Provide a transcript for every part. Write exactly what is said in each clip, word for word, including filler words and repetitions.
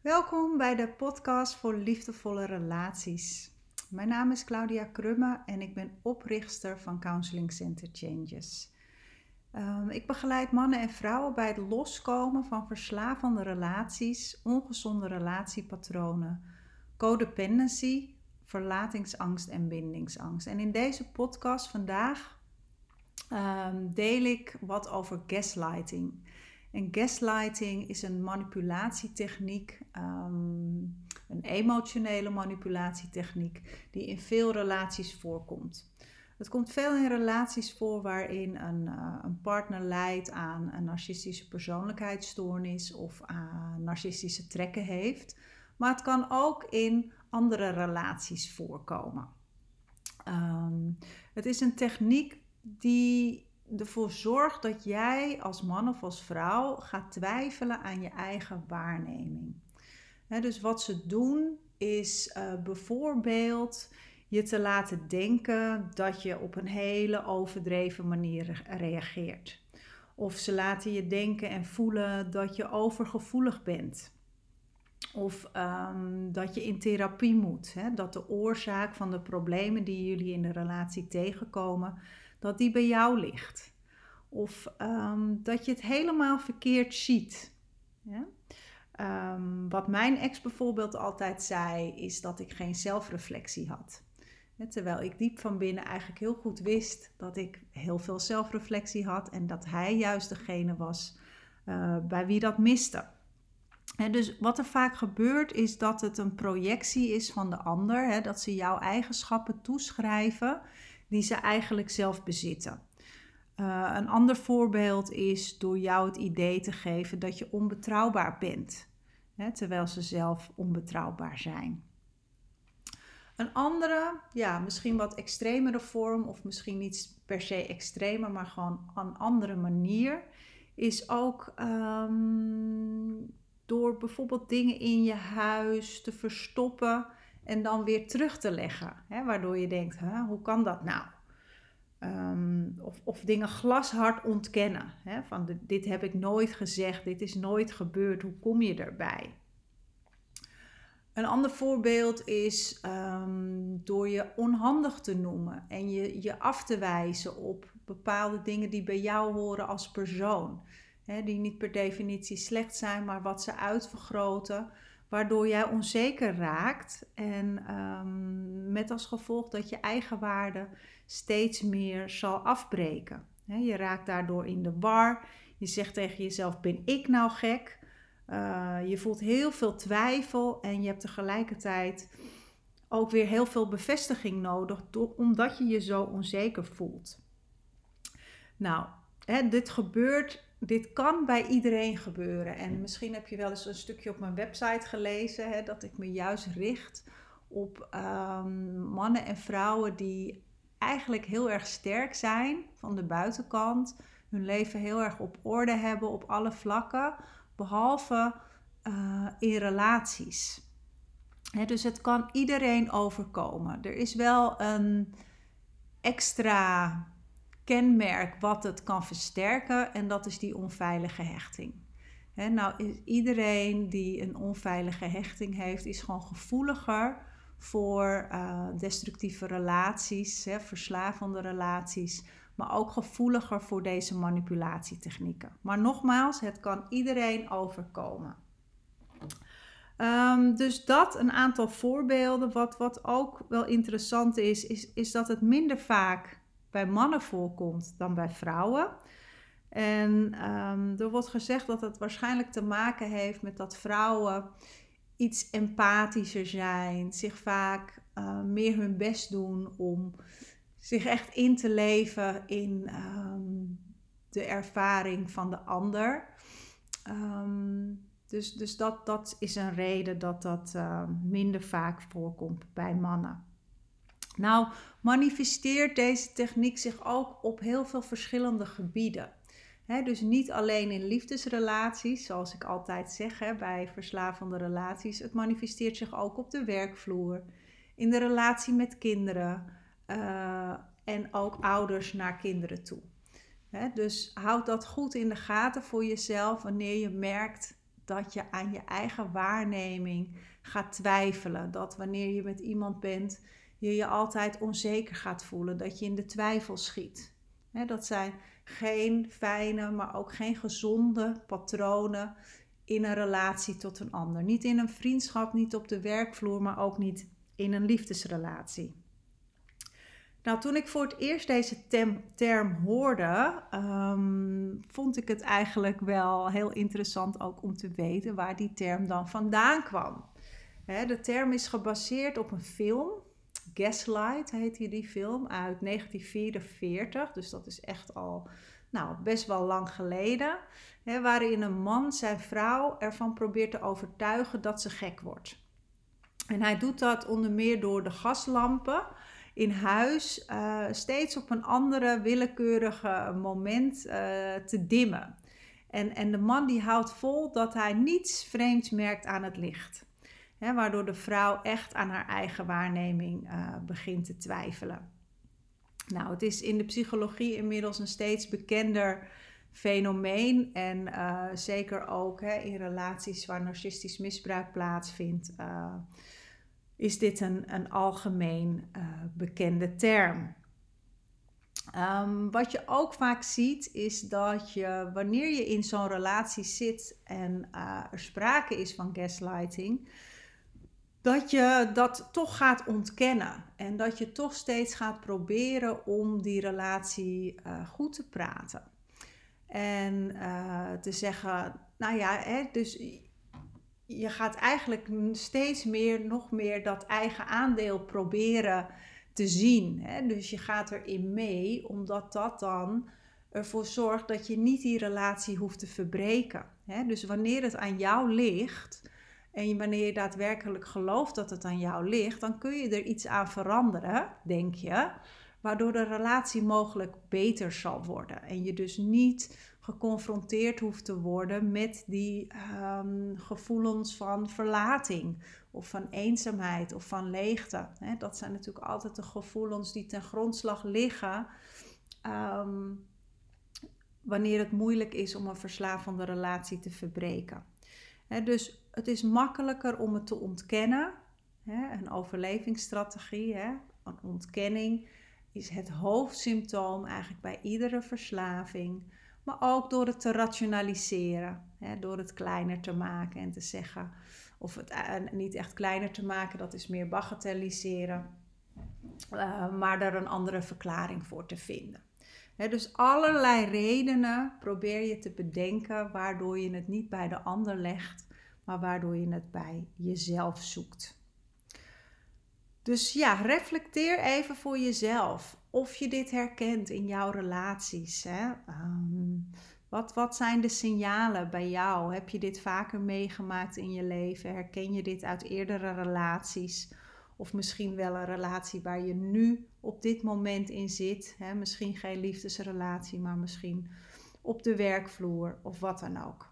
Welkom bij de podcast voor liefdevolle relaties. Mijn naam is Claudia Krumme en ik ben oprichter van Counseling Center Changes. Um, ik begeleid mannen en vrouwen bij het loskomen van verslavende relaties, ongezonde relatiepatronen, codependency, verlatingsangst en bindingsangst. En in deze podcast vandaag um, deel ik wat over gaslighting. En gaslighting is een manipulatietechniek, um, een emotionele manipulatietechniek die in veel relaties voorkomt. Het komt veel in relaties voor waarin een, uh, een partner lijdt aan een narcistische persoonlijkheidsstoornis of aan narcistische trekken heeft. Maar het kan ook in andere relaties voorkomen. Um, het is een techniek die ervoor zorgt dat jij als man of als vrouw gaat twijfelen aan je eigen waarneming. He, dus wat ze doen is uh, bijvoorbeeld je te laten denken dat je op een hele overdreven manier reageert. Of ze laten je denken en voelen dat je overgevoelig bent. Of um, dat je in therapie moet. Hè? Dat de oorzaak van de problemen die jullie in de relatie tegenkomen, dat die bij jou ligt. Of um, dat je het helemaal verkeerd ziet. Ja? Um, wat mijn ex bijvoorbeeld altijd zei, is dat ik geen zelfreflectie had. Ja, terwijl ik diep van binnen eigenlijk heel goed wist dat ik heel veel zelfreflectie had. En dat hij juist degene was uh, bij wie dat miste. En dus wat er vaak gebeurt is dat het een projectie is van de ander. Hè, dat ze jouw eigenschappen toeschrijven die ze eigenlijk zelf bezitten. Uh, een ander voorbeeld is door jou het idee te geven dat je onbetrouwbaar bent. Hè, terwijl ze zelf onbetrouwbaar zijn. Een andere, ja, misschien wat extremere vorm of misschien niet per se extremer, maar gewoon een andere manier is ook um, door bijvoorbeeld dingen in je huis te verstoppen en dan weer terug te leggen. Hè, waardoor je denkt, huh, hoe kan dat nou? Um, of, of dingen glashard ontkennen. Hè, van de, dit heb ik nooit gezegd, dit is nooit gebeurd, hoe kom je erbij? Een ander voorbeeld is um, door je onhandig te noemen en je, je af te wijzen op bepaalde dingen die bij jou horen als persoon. He, die niet per definitie slecht zijn, maar wat ze uitvergroten, waardoor jij onzeker raakt en um, met als gevolg dat je eigenwaarde steeds meer zal afbreken. He, je raakt daardoor in de war, je zegt tegen jezelf, ben ik nou gek? Uh, je voelt heel veel twijfel en je hebt tegelijkertijd ook weer heel veel bevestiging nodig, door, omdat je je zo onzeker voelt. Nou, hè, dit gebeurt, dit kan bij iedereen gebeuren. En misschien heb je wel eens een stukje op mijn website gelezen, hè, dat ik me juist richt op um, mannen en vrouwen die eigenlijk heel erg sterk zijn van de buitenkant, hun leven heel erg op orde hebben op alle vlakken, behalve uh, in relaties. He, dus het kan iedereen overkomen. Er is wel een extra kenmerk wat het kan versterken en dat is die onveilige hechting. He, nou is iedereen die een onveilige hechting heeft, is gewoon gevoeliger voor uh, destructieve relaties, he, verslavende relaties, maar ook gevoeliger voor deze manipulatietechnieken. Maar nogmaals, het kan iedereen overkomen. Um, dus dat, een aantal voorbeelden. Wat, wat ook wel interessant is, is, is dat het minder vaak bij mannen voorkomt dan bij vrouwen. En um, er wordt gezegd dat het waarschijnlijk te maken heeft met dat vrouwen iets empathischer zijn, zich vaak uh, meer hun best doen om zich echt in te leven in um, de ervaring van de ander. Um, dus dus dat, dat is een reden dat dat uh, minder vaak voorkomt bij mannen. Nou, manifesteert deze techniek zich ook op heel veel verschillende gebieden. He, dus niet alleen in liefdesrelaties, zoals ik altijd zeg he, bij verslavende relaties. Het manifesteert zich ook op de werkvloer, in de relatie met kinderen uh, en ook ouders naar kinderen toe. He, dus houd dat goed in de gaten voor jezelf wanneer je merkt dat je aan je eigen waarneming gaat twijfelen. Dat wanneer je met iemand bent, je je altijd onzeker gaat voelen. Dat je in de twijfel schiet. He, dat zijn geen fijne, maar ook geen gezonde patronen in een relatie tot een ander. Niet in een vriendschap, niet op de werkvloer, maar ook niet in een liefdesrelatie. Nou, toen ik voor het eerst deze tem, term hoorde, um, vond ik het eigenlijk wel heel interessant ook om te weten waar die term dan vandaan kwam. He, de term is gebaseerd op een film, Gaslight heette die film, uit negentien vierenveertig. Dus dat is echt al nou, best wel lang geleden. He, waarin een man zijn vrouw ervan probeert te overtuigen dat ze gek wordt. En hij doet dat onder meer door de gaslampen in huis uh, steeds op een andere willekeurige moment uh, te dimmen. En, en de man die houdt vol dat hij niets vreemds merkt aan het licht. He, waardoor de vrouw echt aan haar eigen waarneming uh, begint te twijfelen. Nou, het is in de psychologie inmiddels een steeds bekender fenomeen. En uh, zeker ook he, in relaties waar narcistisch misbruik plaatsvindt, uh, is dit een, een algemeen uh, bekende term. Um, wat je ook vaak ziet is dat je, wanneer je in zo'n relatie zit en uh, er sprake is van gaslighting, dat je dat toch gaat ontkennen. En dat je toch steeds gaat proberen om die relatie uh, goed te praten. En uh, te zeggen, nou ja, hè, dus je gaat eigenlijk steeds meer, nog meer dat eigen aandeel proberen te zien. Hè? Dus je gaat erin mee, omdat dat dan ervoor zorgt dat je niet die relatie hoeft te verbreken. Hè? Dus wanneer het aan jou ligt en wanneer je daadwerkelijk gelooft dat het aan jou ligt, dan kun je er iets aan veranderen, denk je, waardoor de relatie mogelijk beter zal worden. En je dus niet geconfronteerd hoeft te worden met die um, gevoelens van verlating of van eenzaamheid of van leegte. He, dat zijn natuurlijk altijd de gevoelens die ten grondslag liggen um, wanneer het moeilijk is om een verslavende relatie te verbreken. He, dus het is makkelijker om het te ontkennen. He, een overlevingsstrategie, he, een ontkenning is het hoofdsymptoom eigenlijk bij iedere verslaving. Maar ook door het te rationaliseren, hè, door het kleiner te maken en te zeggen, of het uh, niet echt kleiner te maken, dat is meer bagatelliseren, uh, maar daar een andere verklaring voor te vinden. Hè, dus allerlei redenen probeer je te bedenken waardoor je het niet bij de ander legt, maar waardoor je het bij jezelf zoekt. Dus ja, reflecteer even voor jezelf of je dit herkent in jouw relaties. Hè? Um, wat, wat zijn de signalen bij jou? Heb je dit vaker meegemaakt in je leven? Herken je dit uit eerdere relaties? Of misschien wel een relatie waar je nu op dit moment in zit. Hè? Misschien geen liefdesrelatie, maar misschien op de werkvloer of wat dan ook.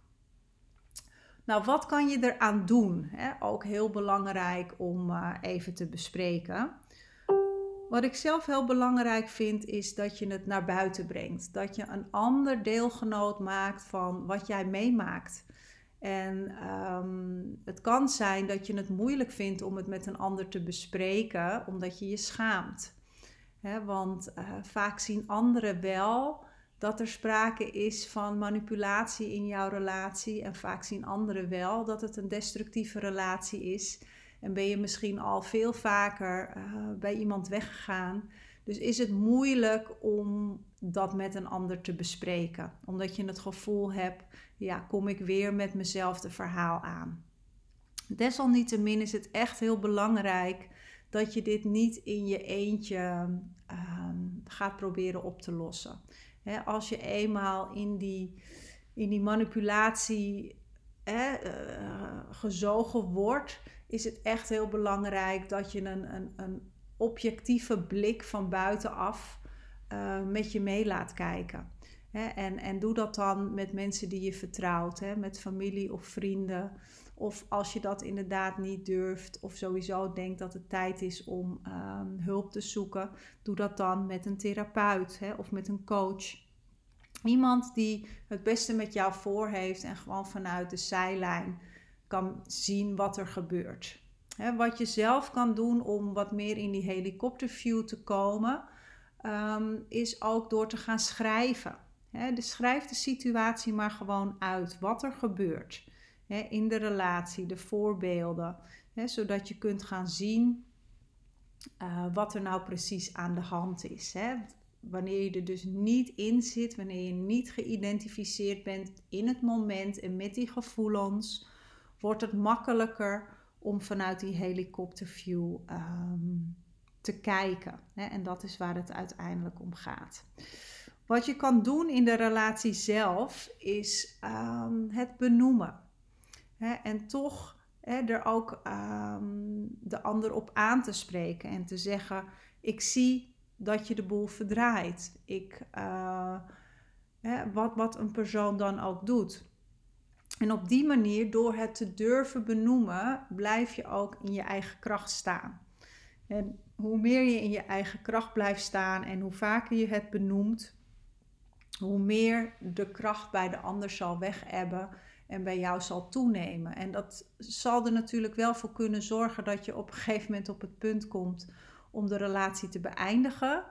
Nou, wat kan je eraan doen? He, ook heel belangrijk om uh, even te bespreken. Wat ik zelf heel belangrijk vind, is dat je het naar buiten brengt. Dat je een ander deelgenoot maakt van wat jij meemaakt. En um, het kan zijn dat je het moeilijk vindt om het met een ander te bespreken, omdat je je schaamt. He, want uh, vaak zien anderen wel dat er sprake is van manipulatie in jouw relatie. En vaak zien anderen wel dat het een destructieve relatie is. En ben je misschien al veel vaker uh, bij iemand weggegaan. Dus is het moeilijk om dat met een ander te bespreken. Omdat je het gevoel hebt, ja, kom ik weer met mezelfde verhaal aan. Desalniettemin is het echt heel belangrijk dat je dit niet in je eentje uh, gaat proberen op te lossen. He, als je eenmaal in die, in die manipulatie he, uh, gezogen wordt, is het echt heel belangrijk dat je een, een, een objectieve blik van buitenaf uh, met je mee laat kijken. He, en, en doe dat dan met mensen die je vertrouwt, he, met familie of vrienden. Of als je dat inderdaad niet durft of sowieso denkt dat het tijd is om um, hulp te zoeken, doe dat dan met een therapeut, hè, of met een coach. Iemand die het beste met jou voor heeft en gewoon vanuit de zijlijn kan zien wat er gebeurt. He, wat je zelf kan doen om wat meer in die helikopterview te komen, um, is ook door te gaan schrijven. He, dus schrijf de situatie maar gewoon uit, wat er gebeurt. He, in de relatie, de voorbeelden. He, zodat je kunt gaan zien uh, wat er nou precies aan de hand is. He. Wanneer je er dus niet in zit, wanneer je niet geïdentificeerd bent in het moment en met die gevoelens, wordt het makkelijker om vanuit die helikopterview um, te kijken. Hè? En dat is waar het uiteindelijk om gaat. Wat je kan doen in de relatie zelf is um, het benoemen. Hè? En toch hè, er ook um, de ander op aan te spreken en te zeggen, ik zie dat je de boel verdraait. Ik, uh, hè, wat, wat een persoon dan ook doet. En op die manier, door het te durven benoemen, blijf je ook in je eigen kracht staan. En hoe meer je in je eigen kracht blijft staan en hoe vaker je het benoemt, hoe meer de kracht bij de ander zal wegebben en bij jou zal toenemen. En dat zal er natuurlijk wel voor kunnen zorgen dat je op een gegeven moment op het punt komt om de relatie te beëindigen.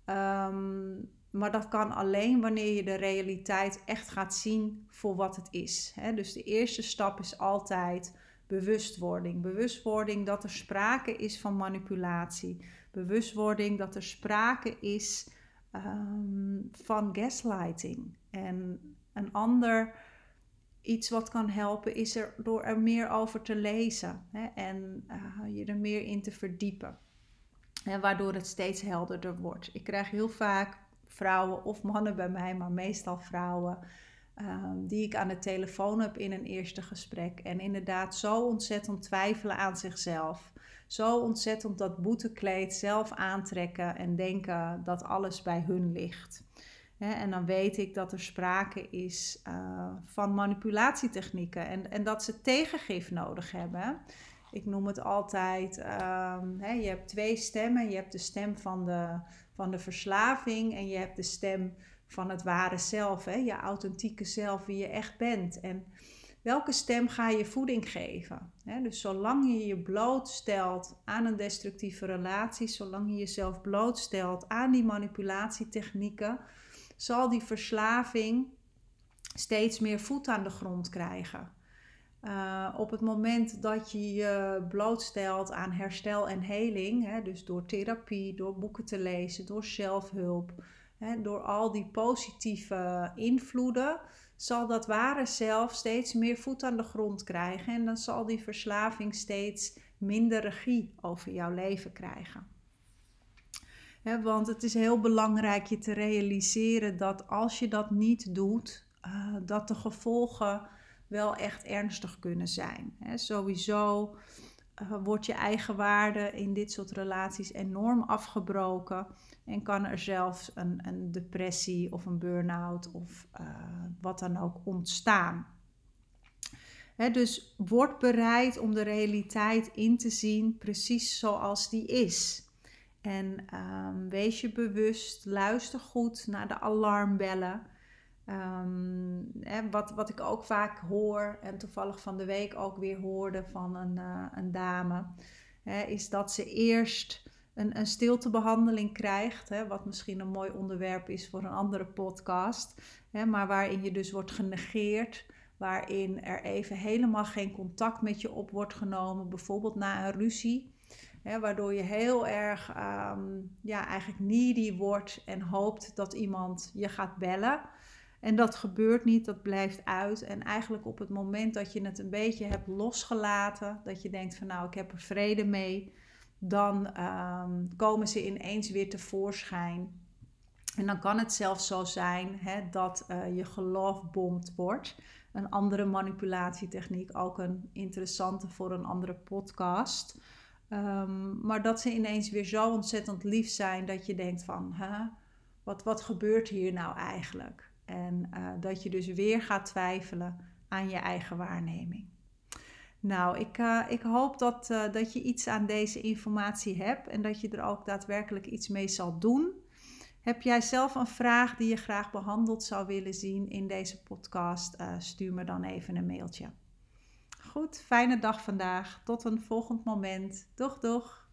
Um, maar dat kan alleen wanneer je de realiteit echt gaat zien voor wat het is. Hè? Dus de eerste stap is altijd bewustwording. Bewustwording dat er sprake is van manipulatie. Bewustwording dat er sprake is um, van gaslighting. En een ander iets wat kan helpen is er door er meer over te lezen, hè? En uh, je er meer in te verdiepen. Hè, waardoor het steeds helderder wordt. Ik krijg heel vaak vrouwen of mannen bij mij, maar meestal vrouwen, um, die ik aan de telefoon heb in een eerste gesprek. En inderdaad zo ontzettend twijfelen aan zichzelf. Zo ontzettend dat boetekleed zelf aantrekken en denken dat alles bij hun ligt. Hè, en dan weet ik dat er sprake is uh, van manipulatietechnieken en, en dat ze tegengif nodig hebben. Ik noem het altijd, um, hè, je hebt twee stemmen. Je hebt de stem van de, van de verslaving en je hebt de stem van het ware zelf. Hè, je authentieke zelf, wie je echt bent. En welke stem ga je voeding geven? Hè, dus zolang je je blootstelt aan een destructieve relatie, zolang je jezelf blootstelt aan die manipulatietechnieken, zal die verslaving steeds meer voet aan de grond krijgen. Uh, op het moment dat je je blootstelt aan herstel en heling, hè, dus door therapie, door boeken te lezen, door zelfhulp, hè, door al die positieve invloeden, zal dat ware zelf steeds meer voet aan de grond krijgen en dan zal die verslaving steeds minder regie over jouw leven krijgen. Hè, want het is heel belangrijk je te realiseren dat als je dat niet doet, uh, dat de gevolgen wel echt ernstig kunnen zijn. He, sowieso uh, wordt je eigen waarde in dit soort relaties enorm afgebroken en kan er zelfs een, een depressie of een burn-out of uh, wat dan ook ontstaan. He, dus word bereid om de realiteit in te zien precies zoals die is. En um, wees je bewust, luister goed naar de alarmbellen. Um, hè, wat, wat ik ook vaak hoor en toevallig van de week ook weer hoorde van een, uh, een dame, hè, is dat ze eerst een, een stiltebehandeling krijgt, hè, wat misschien een mooi onderwerp is voor een andere podcast, hè, maar waarin je dus wordt genegeerd, waarin er even helemaal geen contact met je op wordt genomen, bijvoorbeeld na een ruzie. Hè, waardoor je heel erg um, ja, eigenlijk needy wordt en hoopt dat iemand je gaat bellen. En dat gebeurt niet, dat blijft uit. En eigenlijk op het moment dat je het een beetje hebt losgelaten, dat je denkt van nou, ik heb er vrede mee, dan um, komen ze ineens weer tevoorschijn. En dan kan het zelfs zo zijn hè, dat uh, je geloofbomd wordt. Een andere manipulatietechniek, ook een interessante voor een andere podcast. Um, maar dat ze ineens weer zo ontzettend lief zijn dat je denkt van, huh, wat, wat gebeurt hier nou eigenlijk? En uh, dat je dus weer gaat twijfelen aan je eigen waarneming. Nou, ik, uh, ik hoop dat, uh, dat je iets aan deze informatie hebt en dat je er ook daadwerkelijk iets mee zal doen. Heb jij zelf een vraag die je graag behandeld zou willen zien in deze podcast? Uh, stuur me dan even een mailtje. Goed, fijne dag vandaag. Tot een volgend moment. Doeg, doeg!